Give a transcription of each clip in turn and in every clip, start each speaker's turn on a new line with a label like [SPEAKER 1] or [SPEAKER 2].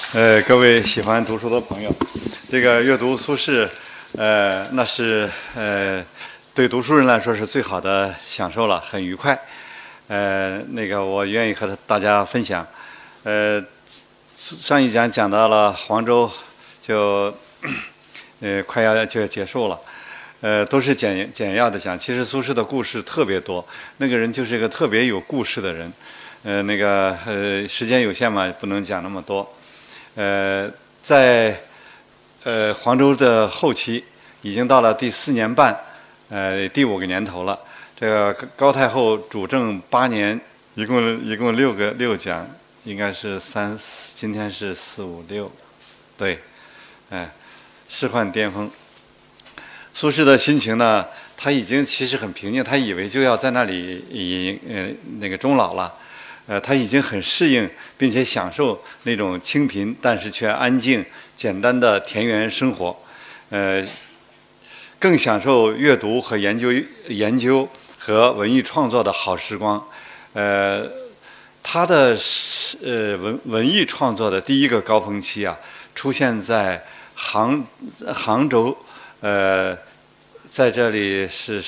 [SPEAKER 1] 各位喜欢读书的朋友，这个阅读苏轼，那是对读书人来说是最好的享受了，很愉快。我愿意和大家分享。上一讲讲到了黄州，就快要结束了。都是简要的讲。其实苏轼的故事特别多，那个人就是一个特别有故事的人。时间有限嘛，不能讲那么多。在黄州的后期，已经到了第4年半，第5个年头了。这个高太后主政8年，一共6讲，应该是今天是4、5、6，对，仕宦巅峰。苏轼的心情呢，他已经其实很平静，他以为就要在那里终老了。他已经很适应，并且享受那种清贫但是却安静、简单的田园生活，更享受阅读和研究和文艺创作的好时光。他的文艺创作的第一个高峰期啊，出现在杭州，在这里是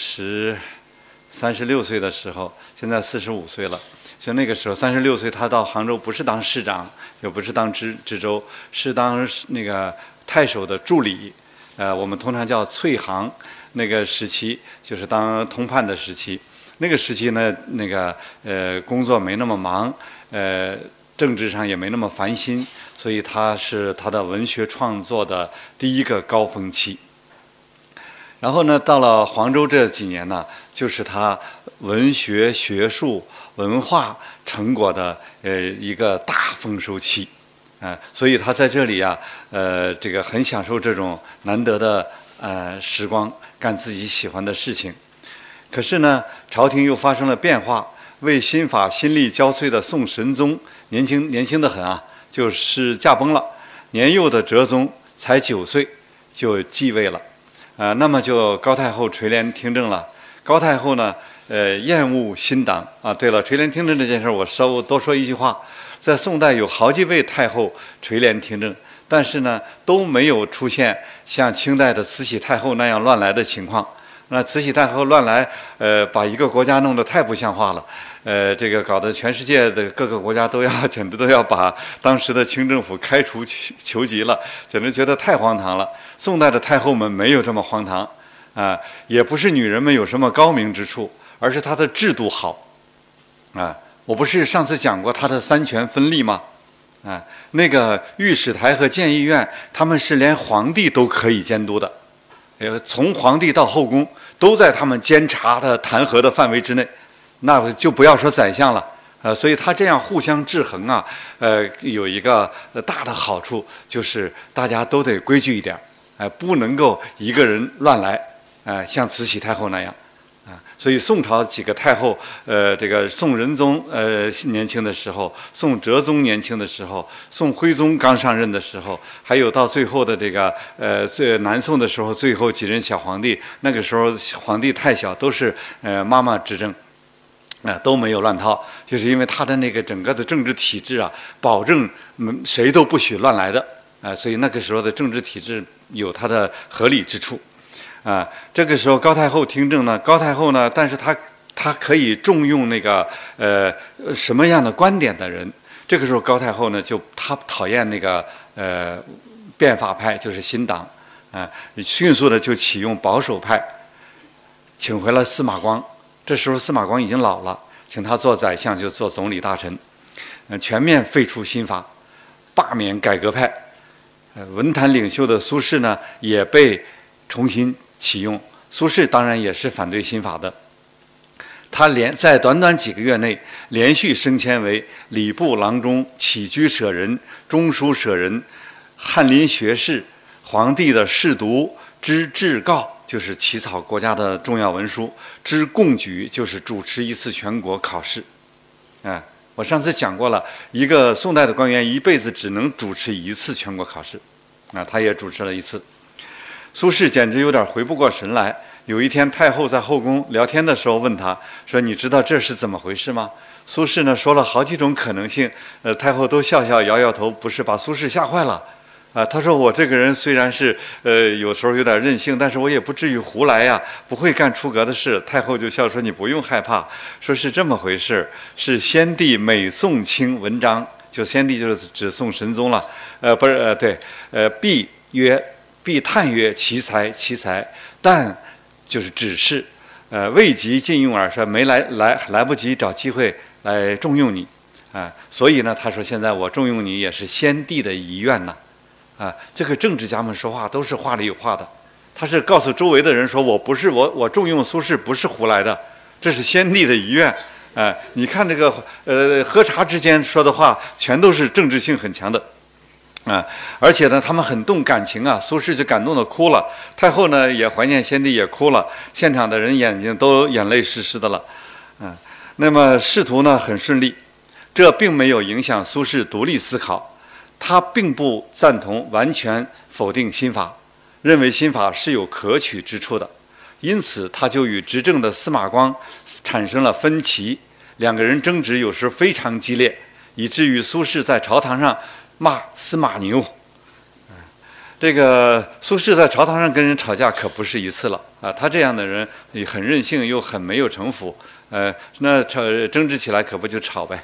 [SPEAKER 1] 36岁的时候，现在45岁了。就那个时候，36岁，他到杭州不是当市长，也不是当知州，是当那个太守的助理。我们通常叫粹行。那个时期就是当通判的时期。那个时期呢，工作没那么忙，政治上也没那么烦心，所以他是他的文学创作的第一个高峰期。然后呢，到了黄州这几年呢，就是他文学、学术、文化成果的一个大丰收期，所以他在这里啊，很享受这种难得的时光，干自己喜欢的事情。可是呢，朝廷又发生了变化，为新法心力交瘁的宋神宗年轻得很啊，就是驾崩了。年幼的哲宗才9岁就继位了。那么就高太后垂帘听政了。高太后呢，厌恶新党啊。对了，垂帘听政这件事，我稍微多说一句话。在宋代有好几位太后垂帘听政，但是呢，都没有出现像清代的慈禧太后那样乱来的情况。那慈禧太后乱来，把一个国家弄得太不像话了。搞得全世界的各个国家简直都要把当时的清政府开除囚籍了，简直觉得太荒唐了。宋代的太后们没有这么荒唐，也不是女人们有什么高明之处，而是她的制度好，我不是上次讲过她的3权分立吗？那个御史台和谏议院，他们是连皇帝都可以监督的，从皇帝到后宫都在他们监察的弹劾的范围之内，那就不要说宰相了。所以他这样互相制衡啊，有一个大的好处，就是大家都得规矩一点，不能够一个人乱来，像慈禧太后那样，所以宋朝几个太后，宋仁宗年轻的时候，宋哲宗年轻的时候，宋徽宗刚上任的时候，还有到最后的最南宋的时候，最后几任小皇帝，那个时候皇帝太小，都是妈妈执政。都没有乱套，就是因为他的那个整个的政治体制啊，保证谁都不许乱来的，所以那个时候的政治体制有它的合理之处，这个时候高太后听政呢，高太后呢，但是她可以重用什么样的观点的人，这个时候高太后呢，她讨厌变法派，就是新党，迅速的就启用保守派，请回了司马光。这时候司马光已经老了，请他做宰相，就做总理大臣，全面废除新法，罢免改革派。文坛领袖的苏轼呢，也被重新启用。苏轼当然也是反对新法的。他在短短几个月内，连续升迁为礼部郎中、起居舍人、中书舍人、翰林学士、皇帝的侍读、知制诰，就是起草国家的重要文书，知贡举，就是主持一次全国考试。我上次讲过了，一个宋代的官员一辈子只能主持1次全国考试，他也主持了1次。苏轼简直有点回不过神来。有一天，太后在后宫聊天的时候问他说：“你知道这是怎么回事吗？” 苏轼呢说了好几种可能性，太后都笑笑摇摇头，不是把苏轼吓坏了。他说我这个人虽然是有时候有点任性，但是我也不至于胡来呀，不会干出格的事。太后就笑说你不用害怕，说是这么回事，是先帝每诵卿文章，就先帝就是指宋神宗了，不是对，必叹曰奇才奇才，但就是只是未及尽用耳，说没来不及找机会来重用你所以呢他说现在我重用你也是先帝的遗愿呐。这个政治家们说话都是话里有话的，他是告诉周围的人说，我重用苏轼不是胡来的，这是先帝的遗愿。你看这个喝茶之间说的话，全都是政治性很强的。而且呢，他们很动感情啊，苏轼就感动的哭了，太后呢也怀念先帝也哭了，现场的人眼睛都眼泪湿湿的了。那么仕途呢很顺利，这并没有影响苏轼独立思考。他并不赞同完全否定新法，认为新法是有可取之处的，因此他就与执政的司马光产生了分歧，两个人争执有时非常激烈，以至于苏轼在朝堂上骂司马牛。这个苏轼在朝堂上跟人吵架可不是一次了他这样的人也很任性又很没有城府，那争执起来可不就吵呗。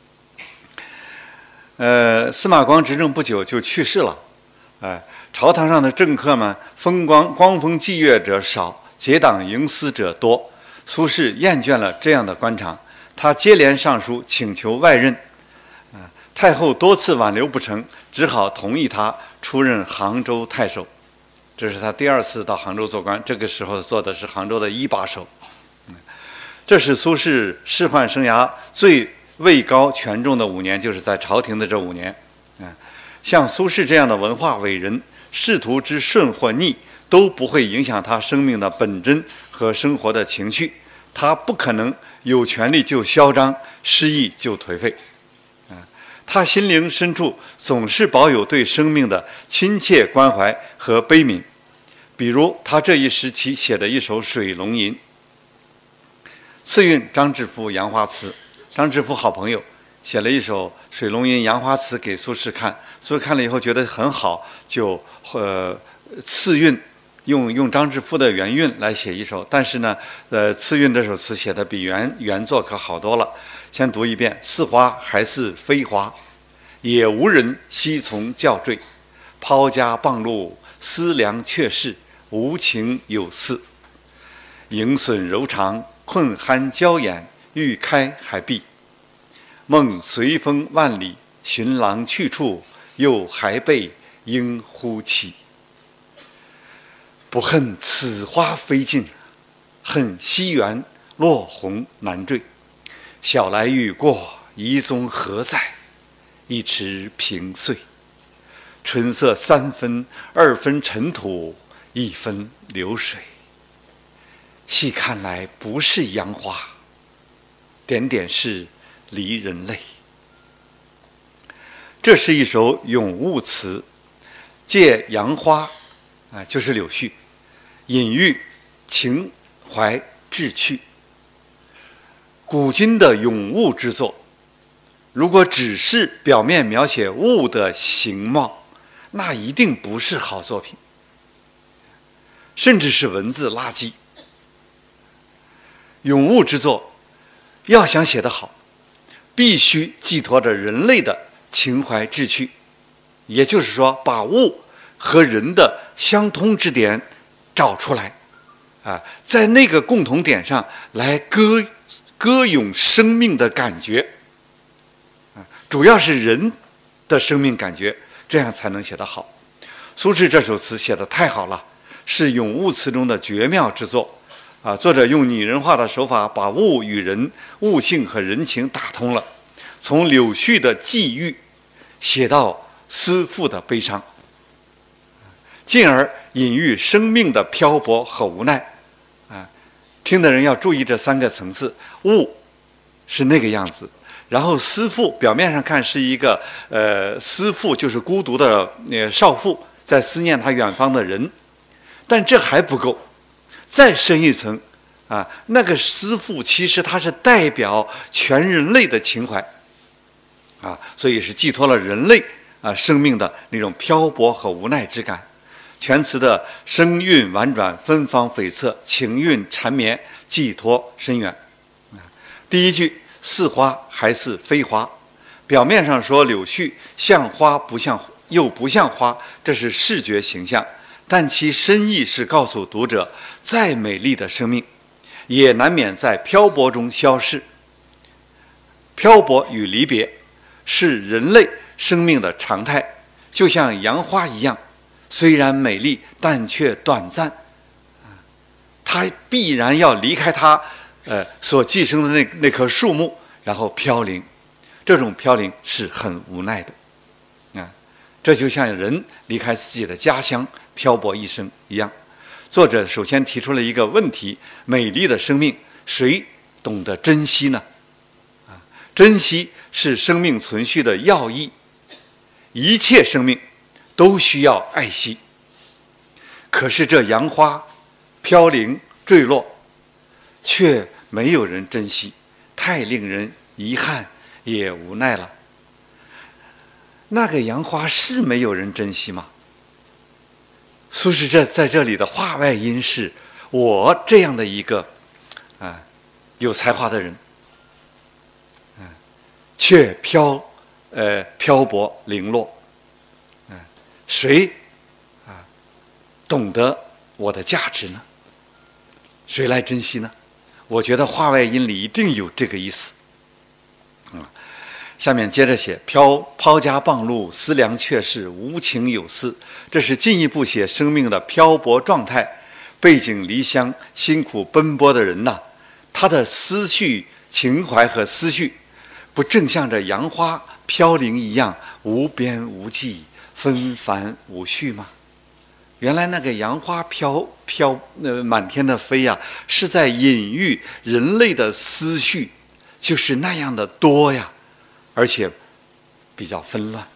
[SPEAKER 1] 司马光执政不久就去世了，朝堂上的政客们光风霁月者少，结党营私者多。苏轼厌倦了这样的官场，他接连上书请求外任，太后多次挽留不成，只好同意他出任杭州太守。这是他第二次到杭州做官，这个时候做的是杭州的一把手。这是苏轼仕宦生涯最位高权重的5年，就是在朝廷的这5年。像苏轼这样的文化伟人，仕途之顺或逆都不会影响他生命的本真和生活的情趣。他不可能有权利就嚣张，失意就颓废。他心灵深处总是保有对生命的亲切关怀和悲悯。比如他这一时期写的一首《水龙吟》，次韵张志夫杨花词。张志夫好朋友写了一首《水龙吟》杨花词给苏轼看，苏轼看了以后觉得很好，就次韵用张志夫的原韵来写一首，但是呢次韵这首词写的比原作可好多了。先读一遍：似花还似非花，也无人悉从教坠，抛家傍路思量却是，无情有似。迎损柔肠困酣娇眼，欲开还闭。梦随风万里寻郎去处，又还被莺呼起。不恨此花飞尽，恨西园落红难缀。晓来雨过遗踪何在？一池萍碎。春色3分2分尘土，1分流水。细看来不是杨花，点点是离人泪。这是一首咏物词，借杨花就是柳絮，隐喻情怀志趣。古今的咏物之作，如果只是表面描写物的形貌，那一定不是好作品，甚至是文字垃圾。咏物之作要想写得好，必须寄托着人类的情怀志趣，也就是说把物和人的相通之点找出来在那个共同点上来歌咏生命的感觉主要是人的生命感觉，这样才能写得好。苏轼这首词写得太好了，是咏物词中的绝妙之作作者用拟人化的手法把物与人、物性和人情打通了，从柳絮的际遇写到思妇的悲伤，进而隐喻生命的漂泊和无奈听的人要注意这3个层次。物是那个样子，然后思妇表面上看是一个思妇就是孤独的少妇，在思念她远方的人，但这还不够，再深一层那个思妇其实它是代表全人类的情怀所以是寄托了人类生命的那种漂泊和无奈之感。全词的声韵婉转，芬芳悱恻，情韵缠绵，寄托深远。第一句似花还似非花，表面上说柳絮像花不像又不像花，这是视觉形象，但其深意是告诉读者，再美丽的生命也难免在漂泊中消逝。漂泊与离别是人类生命的常态，就像杨花一样，虽然美丽，但却短暂。它必然要离开它所寄生的那棵树木，然后飘零。这种飘零是很无奈的这就像人离开自己的家乡，漂泊一生一样。作者首先提出了一个问题：美丽的生命，谁懂得珍惜呢？珍惜是生命存续的要义，一切生命都需要爱惜。可是这杨花飘零坠落，却没有人珍惜，太令人遗憾也无奈了。那个杨花是没有人珍惜吗？苏轼在这里的话外音是：我这样的一个有才华的人，却漂泊零落，谁懂得我的价值呢？谁来珍惜呢？我觉得话外音里一定有这个意思。下面接着写：抛家傍路，思量却是无情有思。这是进一步写生命的漂泊状态，背井离乡，辛苦奔波的人他的思绪、情怀和思绪，不正像这杨花飘零一样无边无际、纷繁无序吗？原来那个杨花满天的飞是在隐喻人类的思绪就是那样的多而且比较纷乱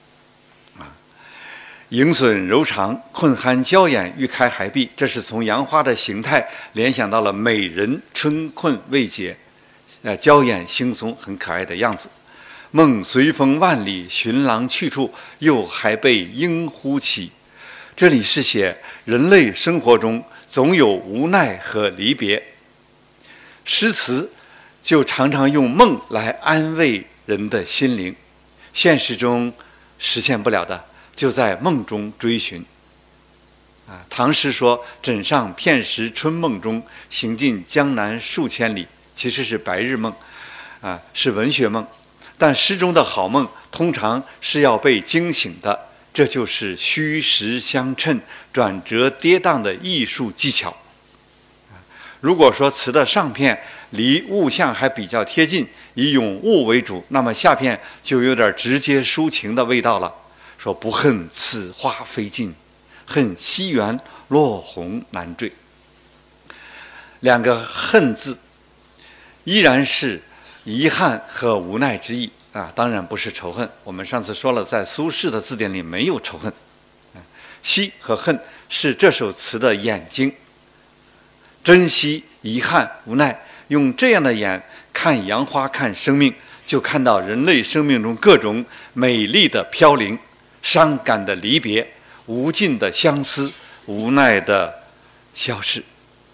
[SPEAKER 1] 迎笋柔肠，困酣娇眼，欲开还闭。这是从杨花的形态联想到了美人春困未解，娇眼惺忪，很可爱的样子。梦随风万里，寻郎去处，又还被莺呼起。这里是写人类生活中总有无奈和离别，诗词就常常用梦来安慰人的心灵，现实中实现不了的，就在梦中追寻。唐诗说：“枕上片时春梦中，行尽江南数千里。”其实是白日梦，是文学梦。但诗中的好梦通常是要被惊醒的，这就是虚实相称、转折跌宕的艺术技巧。如果说词的上片离物象还比较贴近，以咏物为主，那么下片就有点直接抒情的味道了。说不恨此花飞尽，恨西园落红难缀。两个恨字依然是遗憾和无奈之意当然不是仇恨。我们上次说了，在苏轼的字典里没有仇恨。惜和恨是这首词的眼睛，珍惜、遗憾、无奈，用这样的眼看杨花，看生命，就看到人类生命中各种美丽的飘零、伤感的离别、无尽的相思、无奈的消逝。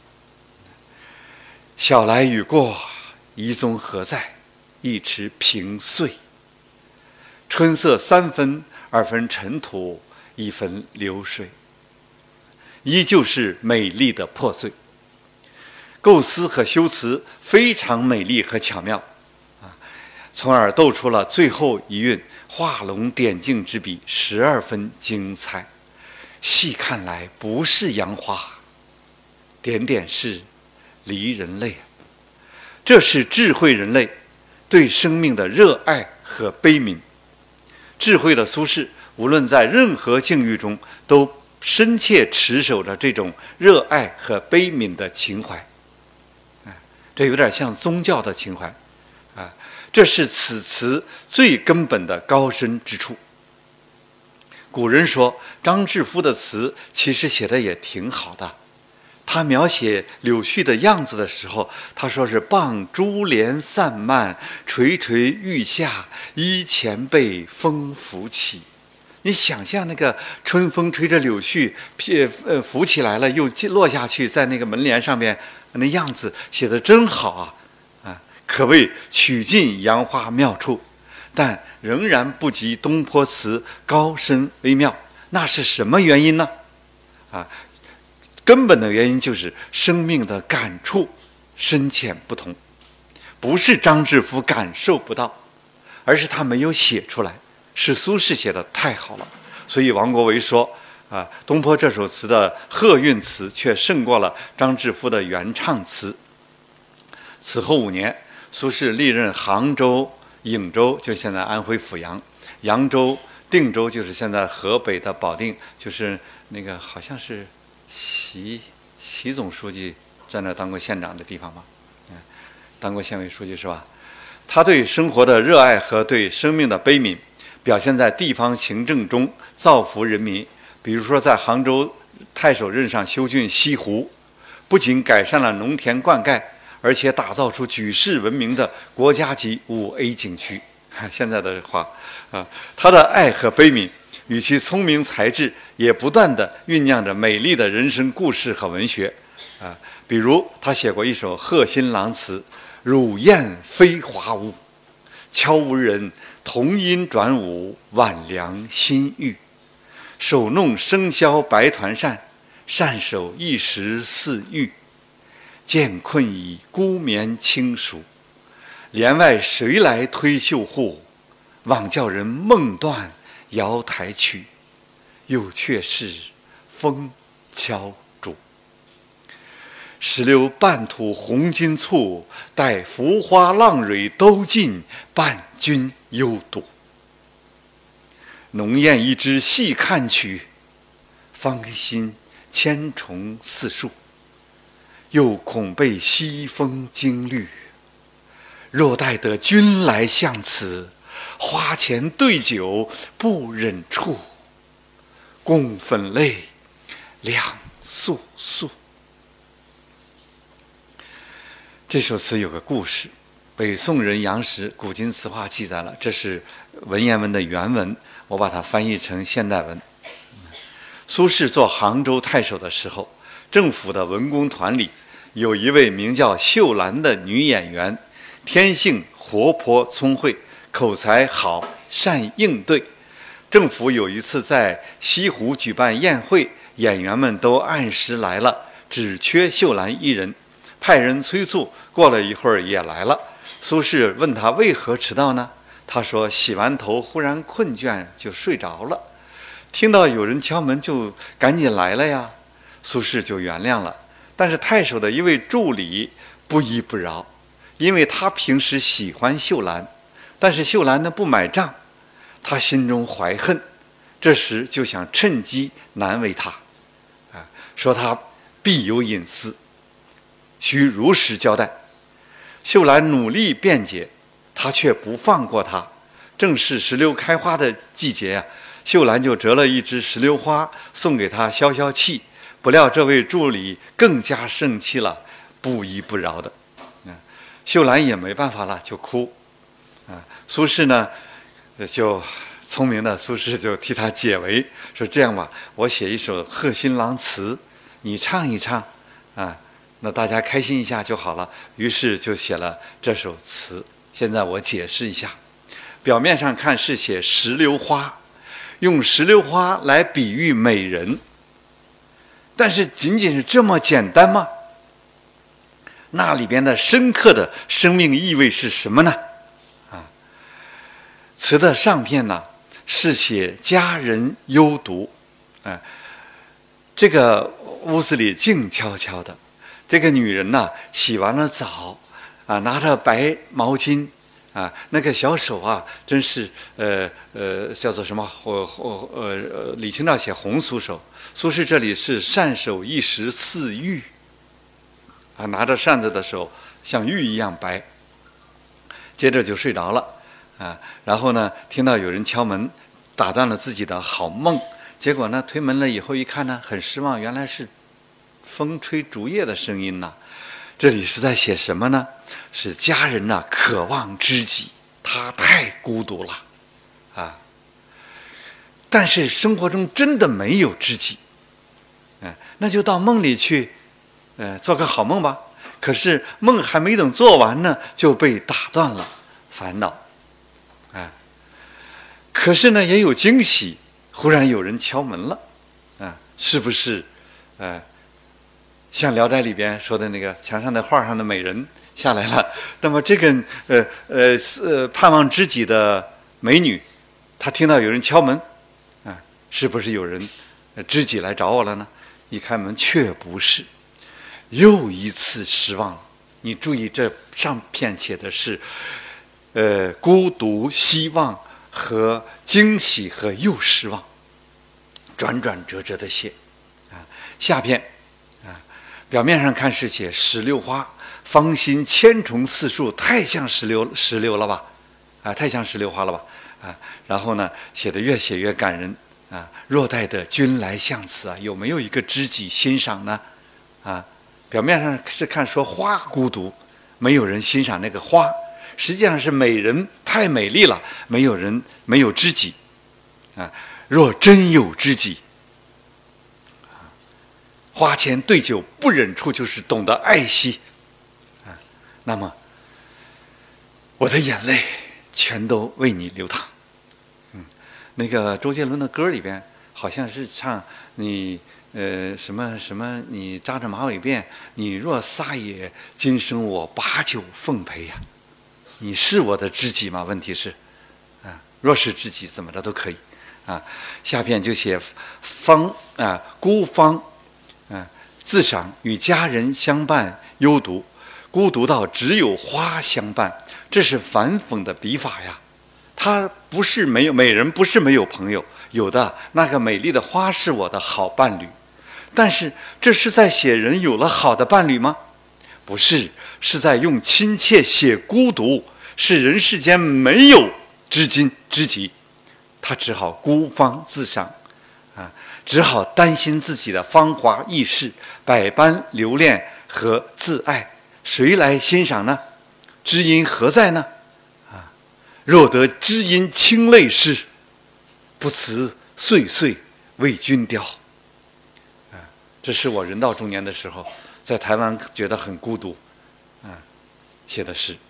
[SPEAKER 1] 晓来雨过，遗踪何在？一池萍碎。春色三分，二分尘土，一分流水。依旧是美丽的破碎。构思和修辞非常美丽和巧妙从而斗出了最后一韵画龙点睛之笔，12分精彩。细看来不是杨花，点点是离人泪。这是智慧人类对生命的热爱和悲悯。智慧的苏轼无论在任何境遇中都深切持守着这种热爱和悲悯的情怀这有点像宗教的情怀这是此词最根本的高深之处。古人说张志夫的词其实写的也挺好的， 他描写柳絮的样子的时候，他说是傍珠帘散漫，垂垂欲下，依前辈风拂起。你想象那个春风吹着柳絮，浮起来了又落下去，在那个门帘上面，那样子写得真好啊！可谓曲尽杨花妙处，但仍然不及东坡词高深微妙。那是什么原因呢？根本的原因就是生命的感触深浅不同，不是张志夫感受不到，而是他没有写出来。是苏轼写的太好了，所以王国维说东坡这首词的和韵词却胜过了张志夫的原唱词。此后5年，苏轼历任杭州、颍州，就现在安徽阜阳；扬州、定州，就是现在河北的保定，就是那个好像是习总书记在那当过县长的地方吧，当过县委书记是吧？他对生活的热爱和对生命的悲悯表现在地方行政中，造福人民。比如说在杭州太守任上修浚西湖，不仅改善了农田灌溉，而且打造出举世闻名的国家级5A 景区。现在的话他的爱和悲悯与其聪明才智，也不断地酝酿着美丽的人生故事和文学比如他写过一首贺新郎词：乳燕飞华屋，悄无人，童音转舞，晚凉新玉。手弄生绡白团扇，扇手一时似玉。渐困倚孤眠轻熟，帘外谁来推绣户？枉叫人梦断瑶台曲，又却是风敲竹。石榴半吐红巾簇，待浮花浪蕊都尽，伴君幽独。浓艳一枝细看取，芳心千重似树。又恐被西风惊绿，若待得君来向此，花前对酒不忍触，共粉泪两簌簌。这首词有个故事，北宋人杨时古今词话记载了，这是文言文的原文，我把它翻译成现代文。苏轼做杭州太守的时候，政府的文工团里有一位名叫秀兰的女演员，天性活泼聪慧，口才好，善应对。政府有一次在西湖举办宴会，演员们都按时来了，只缺秀兰一人，派人催促，过了一会儿也来了。苏轼问他为何迟到呢？他说洗完头忽然困倦就睡着了，听到有人敲门就赶紧来了呀。苏轼就原谅了。但是太守的一位助理不依不饶，因为他平时喜欢秀兰，但是秀兰呢不买账，他心中怀恨，这时就想趁机难为他说他必有隐私，需如实交代。秀兰努力辩解，他却不放过他。正是石榴开花的季节秀兰就折了一枝石榴花送给他消消气。不料这位助理更加生气了，不依不饶的秀兰也没办法了，就哭苏轼呢就聪明的苏轼就替他解围，说这样吧，我写一首贺新郎词，你唱一唱那大家开心一下就好了。于是就写了这首词。现在我解释一下，表面上看是写石榴花，用石榴花来比喻美人，但是仅仅是这么简单吗？那里边的深刻的生命意味是什么呢？词的上片呢是写家人幽独这个屋子里静悄悄的，这个女人呢洗完了澡拿着白毛巾那个小手真是叫做什么李清照写红酥手，苏轼这里是扇手一时似玉拿着扇子的手像玉一样白。接着就睡着了然后呢听到有人敲门，打断了自己的好梦。结果呢推门了以后一看呢，很失望，原来是风吹竹叶的声音呐。这里是在写什么呢？是家人呐，渴望知己，他太孤独了啊。但是生活中真的没有知己，那就到梦里去，做个好梦吧。可是梦还没等做完呢，就被打断了烦恼，可是呢，也有惊喜，忽然有人敲门了，是不是？像《聊斋》里边说的那个墙上的画上的美人下来了。那么这个盼望知己的美女，她听到有人敲门，是不是有人知己来找我了呢？一开门却不是，又一次失望。你注意这上片写的是孤独、希望和惊喜和又失望，转转折折的写下片表面上看是写石榴花，芳心千重似树，太像石榴了吧？太像石榴花了吧？然后呢，写的越写越感人若待得君来相辞有没有一个知己欣赏呢？表面上是看说花孤独，没有人欣赏那个花，实际上是美人太美丽了，没有知己若真有知己，花前对酒不忍处，就是懂得爱惜那么我的眼泪全都为你流淌。那个周杰伦的歌里边好像是唱你什么什么，你扎着马尾辫，你若撒野，今生我把酒奉陪呀。你是我的知己吗？问题是若是知己怎么着都可以下片就写孤芳自赏与家人相伴幽独，孤独到只有花相伴，这是反讽的笔法呀。他不是没有美人，不是没有朋友，有的那个美丽的花是我的好伴侣，但是这是在写人有了好的伴侣吗？不是，是在用亲切写孤独，是人世间没有知己，他只好孤芳自赏只好担心自己的芳华易逝，百般留恋和自爱，谁来欣赏呢？知音何在呢？若得知音清泪湿，不辞岁岁为君雕。这是我人到中年的时候，在台湾觉得很孤独写的诗。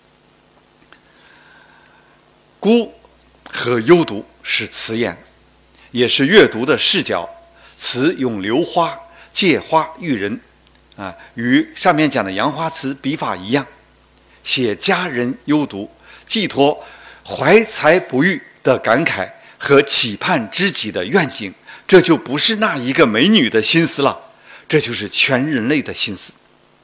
[SPEAKER 1] 孤和幽独是词眼，也是阅读的视角。词咏流花，借花喻人与上面讲的杨花词笔法一样，写家人幽独，寄托怀才不遇的感慨和期盼知己的愿景。这就不是那一个美女的心思了，这就是全人类的心思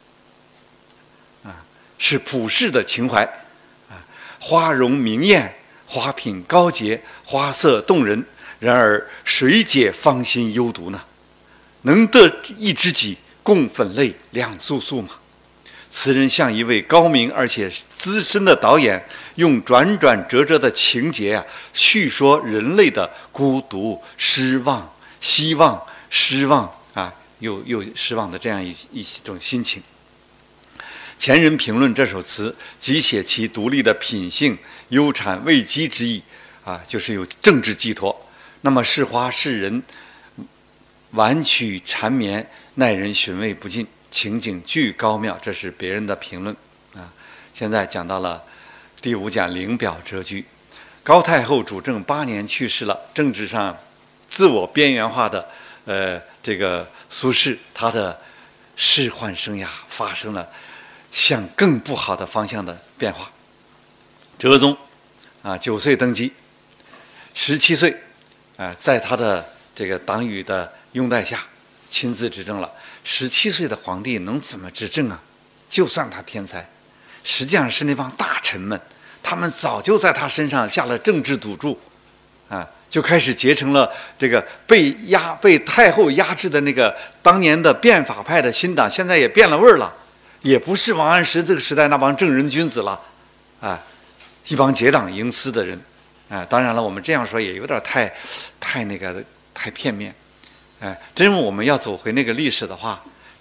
[SPEAKER 1] 是普世的情怀花容明艳，花品高洁，花色动人，然而谁解芳心幽独呢？能得一知己，共粉泪两簌簌吗？词人像一位高明而且资深的导演，用转转折折的情节叙说人类的孤独、失望、希望、失望又失望的这样一种心情。前人评论这首词，即写其独立的品性、忧谄慰藉之意就是有政治寄托。那么是花是人，婉曲缠绵，耐人寻味不尽，情景巨高妙。这是别人的评论现在讲到了第5讲领表折居。高太后主政8年去世了，政治上自我边缘化的这个苏轼，他的仕宦生涯发生了向更不好的方向的变化。哲宗9岁登基，17岁在他的这个党羽的拥戴下亲自执政了。17岁的皇帝能怎么执政啊？就算他天才，实际上是那帮大臣们，他们早就在他身上下了政治赌注就开始结成了这个被太后压制的那个当年的变法派的新党，现在也变了味儿了，也不是王安石这个时代那帮正人君子了一帮结党营私的人当然了，我们这样说也有点太片面真我们要走回那个历史的话，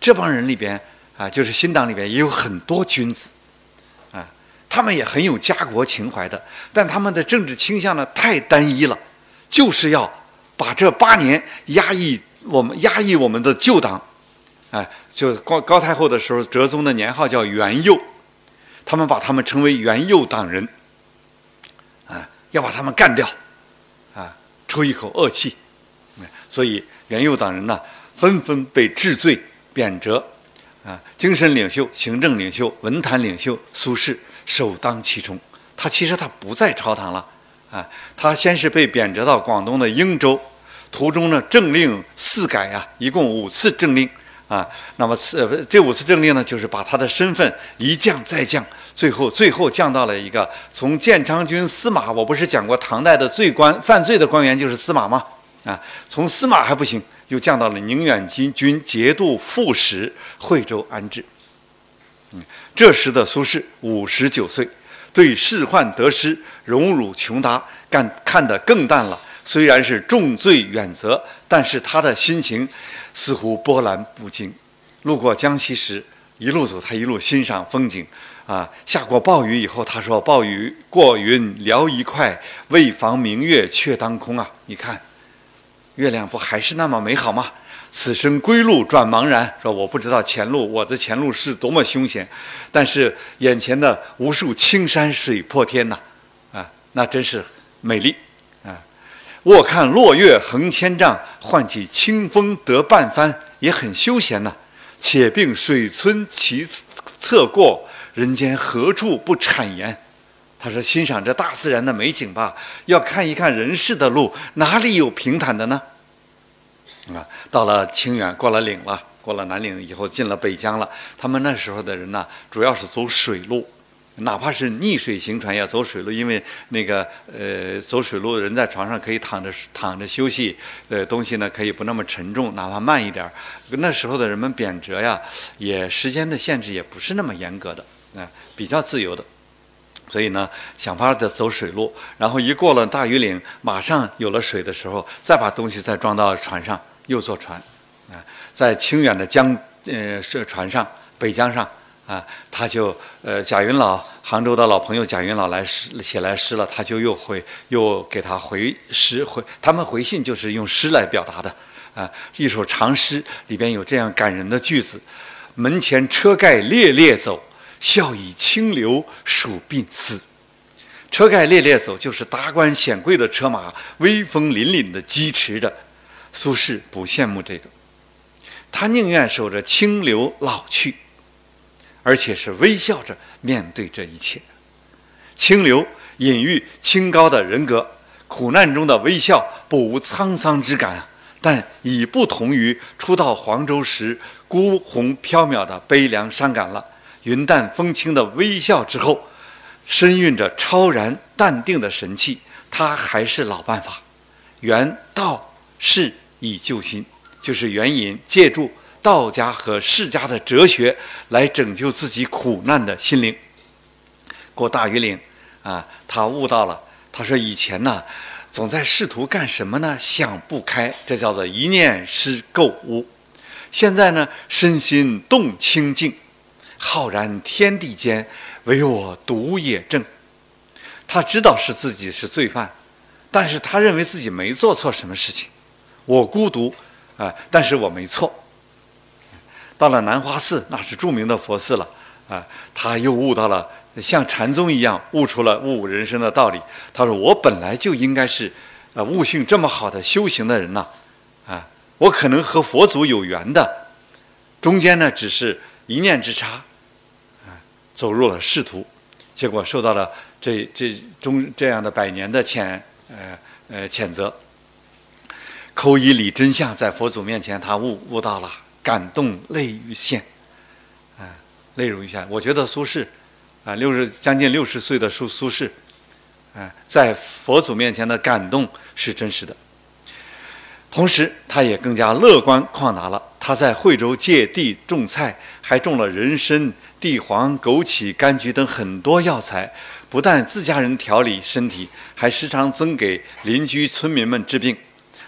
[SPEAKER 1] 这帮人里边啊，就是新党里边也有很多君子啊，他们也很有家国情怀的，但他们的政治倾向呢太单一了，就是要把这8年压抑我们的旧党，哎，就高太后的时候，哲宗的年号叫元佑，他们把他们称为元佑党人，啊，要把他们干掉，啊，出一口恶气，所以元佑党人呢，纷纷被治罪贬谪，啊，精神领袖、行政领袖、文坛领袖苏轼首当其冲，他其实他不在朝堂了。啊，他先是被贬谪到广东的英州，途中呢政令4改啊，一共5次政令啊。那么这5次政令呢，就是把他的身份一降再降，最后降到了一个从建昌军司马，我不是讲过唐代的犯罪的官员就是司马吗？啊，从司马还不行，又降到了宁远军节度副使，惠州安置。这时的苏轼59岁。对仕宦得失、荣辱穷达看得更淡了。虽然是重罪远责，但是他的心情似乎波澜不惊。路过江西时，一路走，他一路欣赏风景。啊，下过暴雨以后，他说：“暴雨过云聊一块，为防明月却当空啊！”你看，月亮不还是那么美好吗？此生归路转茫然，说我不知道我的前路是多么凶险，但是眼前的无数青山水破天呐，啊，那真是美丽啊！卧看落月横千丈，唤起清风得半帆，也很休闲呐。且并水村其侧过，人间何处不谄言？他说欣赏这大自然的美景吧，要看一看人世的路，哪里有平坦的呢？啊，到了清远，过了岭了，过了南岭以后，进了北疆了。他们那时候的人呢，主要是走水路，哪怕是逆水行船也走水路，因为那个走水路人在床上可以躺着休息，东西呢可以不那么沉重，哪怕慢一点。那时候的人们贬谪呀，也时间的限制也不是那么严格的，比较自由的。所以呢，想法的走水路，然后一过了大庾岭，马上有了水的时候，再把东西再装到船上，又坐船，啊，在清远的船上，北疆上啊，他就贾云老，杭州的老朋友贾云老写来诗了，他就又给他回诗，他们回信就是用诗来表达的啊，一首长诗里边有这样感人的句子：门前车盖猎猎走，笑以清流数鬓丝。车盖猎猎走，就是达官显贵的车马威风凛凛地疾驰着。苏轼不羡慕这个，他宁愿守着清流老去，而且是微笑着面对这一切。清流隐喻清高的人格，苦难中的微笑不无沧桑之感啊，但已不同于初到黄州时孤鸿缥缈的悲凉伤感了。云淡风轻的微笑之后，深蕴着超然淡定的神气。他还是老办法，原道释以救心，就是援引借助道家和释家的哲学来拯救自己苦难的心灵。过大庾岭啊，他悟到了。他说以前呢，总在试图干什么呢？想不开，这叫做一念失垢污。现在呢，身心动清净，浩然天地间，唯我独也正。他知道是自己是罪犯，但是他认为自己没做错什么事情。我孤独啊，但是我没错。到了南华寺，那是著名的佛寺了啊，他又悟到了，像禅宗一样悟出了悟人生的道理。他说我本来就应该是悟性这么好的修行的人呐，啊，我可能和佛祖有缘的，中间呢只是一念之差，啊，走入了仕途，结果受到了这样的百年的谴责。口以理真相，在佛祖面前，他悟到了，感动泪如线，啊，泪如雨下。我觉得苏轼，啊，将近60岁的苏轼，啊，在佛祖面前的感动是真实的。同时，他也更加乐观旷达了。他在惠州借地种菜，还种了人参、地黄、枸杞、柑橘等很多药材，不但自家人调理身体，还时常赠给邻居村民们治病。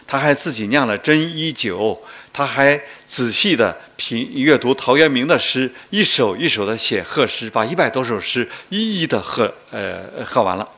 [SPEAKER 1] 他还自己酿了真一酒，他还仔细的阅读陶渊明的诗，一首一首的写贺诗，把100多首诗一一的喝完了。